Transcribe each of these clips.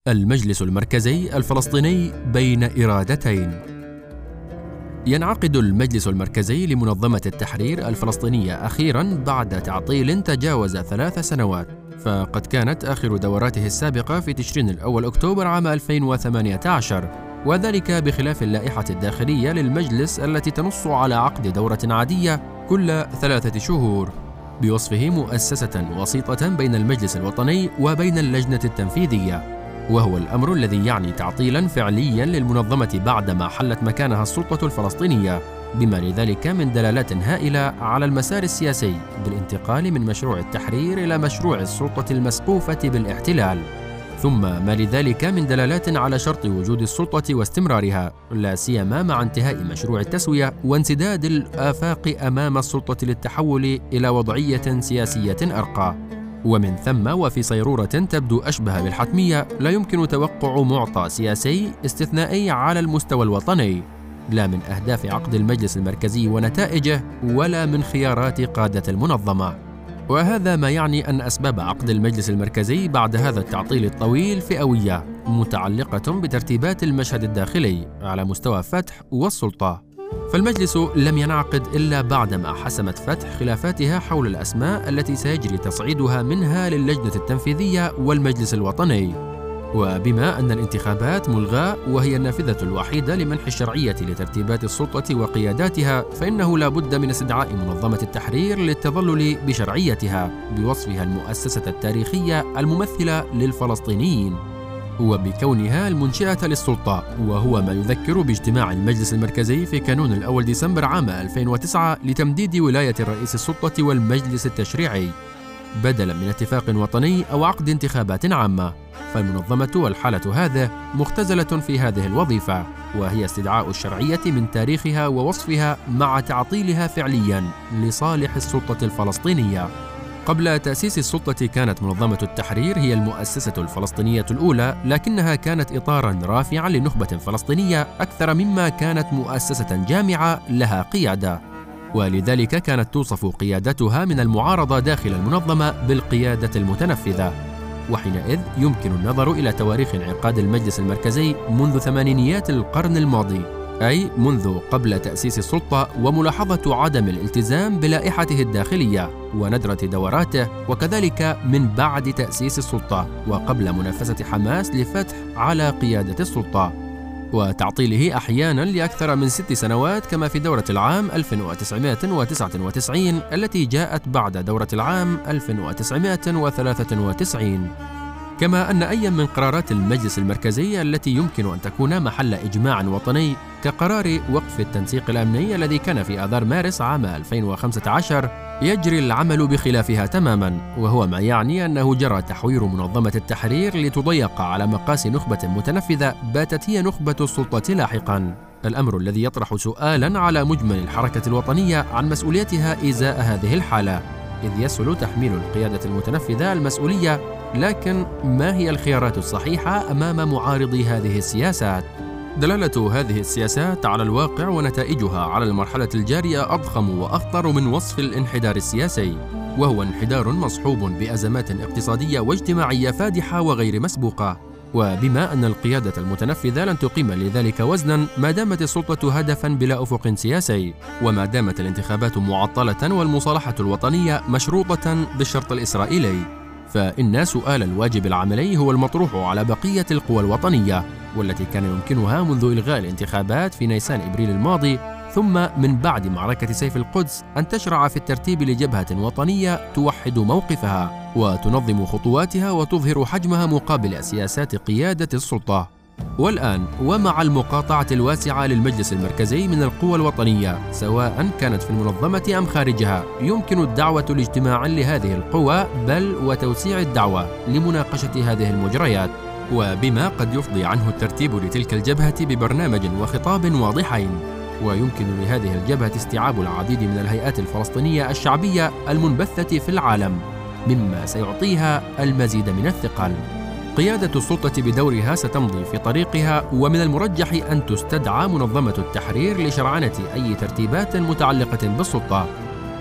المجلس المركزي الفلسطيني بين إرادتين. ينعقد المجلس المركزي لمنظمة التحرير الفلسطينية أخيراً بعد تعطيل تجاوز 3 سنوات، فقد كانت آخر دوراته السابقة في تشرين الأول أكتوبر عام 2018، وذلك بخلاف اللائحة الداخلية للمجلس التي تنص على عقد دورة عادية كل 3 شهور، بوصفه مؤسسة وسيطة بين المجلس الوطني وبين اللجنة التنفيذية، وهو الأمر الذي يعني تعطيلاً فعلياً للمنظمة بعدما حلت مكانها السلطة الفلسطينية، بما لذلك من دلالات هائلة على المسار السياسي بالانتقال من مشروع التحرير إلى مشروع السلطة المسقوفة بالاحتلال، ثم ما لذلك من دلالات على شرط وجود السلطة واستمرارها، لا سيما مع انتهاء مشروع التسوية وانسداد الآفاق أمام السلطة للتحول إلى وضعية سياسية أرقى. ومن ثم وفي صيرورة تبدو أشبه بالحتمية، لا يمكن توقع معطى سياسي استثنائي على المستوى الوطني، لا من أهداف عقد المجلس المركزي ونتائجه ولا من خيارات قادة المنظمة. وهذا ما يعني أن أسباب عقد المجلس المركزي بعد هذا التعطيل الطويل فئوية، متعلقة بترتيبات المشهد الداخلي على مستوى فتح والسلطة. فالمجلس لم ينعقد إلا بعدما حسمت فتح خلافاتها حول الأسماء التي سيجري تصعيدها منها للجنة التنفيذية والمجلس الوطني، وبما أن الانتخابات ملغاة وهي النافذة الوحيدة لمنح الشرعية لترتيبات السلطة وقياداتها، فإنه لا بد من استدعاء منظمة التحرير للتظلل بشرعيتها بوصفها المؤسسة التاريخية الممثلة للفلسطينيين، وبكونها المنشئة للسلطة، وهو ما يذكر باجتماع المجلس المركزي في كانون الأول ديسمبر عام 2009 لتمديد ولاية الرئيس السلطة والمجلس التشريعي بدلاً من اتفاق وطني أو عقد انتخابات عامة. فالمنظمة والحالة هذه مختزلة في هذه الوظيفة، وهي استدعاء الشرعية من تاريخها ووصفها مع تعطيلها فعلياً لصالح السلطة الفلسطينية. قبل تأسيس السلطة كانت منظمة التحرير هي المؤسسة الفلسطينية الأولى، لكنها كانت إطاراً رافعاً لنخبة فلسطينية أكثر مما كانت مؤسسة جامعة لها قيادة، ولذلك كانت توصف قيادتها من المعارضة داخل المنظمة بالقيادة المتنفذة. وحينئذ يمكن النظر إلى تواريخ انعقاد المجلس المركزي منذ ثمانينيات القرن الماضي، أي منذ قبل تأسيس السلطة، وملاحظة عدم الالتزام بلائحته الداخلية وندرة دوراته، وكذلك من بعد تأسيس السلطة وقبل منافسة حماس لفتح على قيادة السلطة، وتعطيله أحياناً لأكثر من 6 سنوات كما في دورة العام 1999 التي جاءت بعد دورة العام 1993. كما أن أي من قرارات المجلس المركزي التي يمكن أن تكون محل إجماع وطني كقرار وقف التنسيق الأمني الذي كان في آذار مارس عام 2015 يجري العمل بخلافها تماماً، وهو ما يعني أنه جرى تحوير منظمة التحرير لتضيق على مقاس نخبة متنفذة باتت هي نخبة السلطة لاحقاً، الأمر الذي يطرح سؤالاً على مجمل الحركة الوطنية عن مسؤوليتها إزاء هذه الحالة، إذ يسهل تحميل القيادة المتنفذة المسؤولية، لكن ما هي الخيارات الصحيحة أمام معارضي هذه السياسات؟ دلالة هذه السياسات على الواقع ونتائجها على المرحلة الجارية أضخم وأخطر من وصف الانحدار السياسي، وهو انحدار مصحوب بأزمات اقتصادية واجتماعية فادحة وغير مسبوقة، وبما أن القيادة المتنفذة لن تقيم لذلك وزناً ما دامت السلطة هدفاً بلا أفق سياسي، وما دامت الانتخابات معطلة والمصالحة الوطنية مشروطة بالشرط الإسرائيلي، فإن سؤال الواجب العملي هو المطروح على بقية القوى الوطنية، والتي كان يمكنها منذ إلغاء الانتخابات في نيسان إبريل الماضي ثم من بعد معركة سيف القدس أن تشرع في الترتيب لجبهة وطنية توحد موقفها وتنظم خطواتها وتظهر حجمها مقابل سياسات قيادة السلطة. والآن ومع المقاطعة الواسعة للمجلس المركزي من القوى الوطنية سواء كانت في المنظمة أم خارجها، يمكن الدعوة لاجتماع لهذه القوى بل وتوسيع الدعوة لمناقشة هذه المجريات، وبما قد يفضي عنه الترتيب لتلك الجبهة ببرنامج وخطاب واضحين، ويمكن لهذه الجبهة استيعاب العديد من الهيئات الفلسطينية الشعبية المنبثة في العالم، مما سيعطيها المزيد من الثقل. قيادة السلطة بدورها ستمضي في طريقها، ومن المرجح أن تستدعى منظمة التحرير لشرعنة أي ترتيبات متعلقة بالسلطة،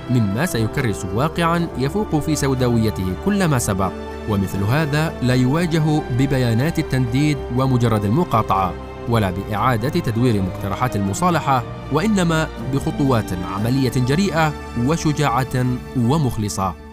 مما سيكرس واقعاً يفوق في سوداويته كل ما سبق، ومثل هذا لا يواجه ببيانات التنديد ومجرد المقاطعة، ولا بإعادة تدوير مقترحات المصالحة، وإنما بخطوات عملية جريئة وشجاعة ومخلصة.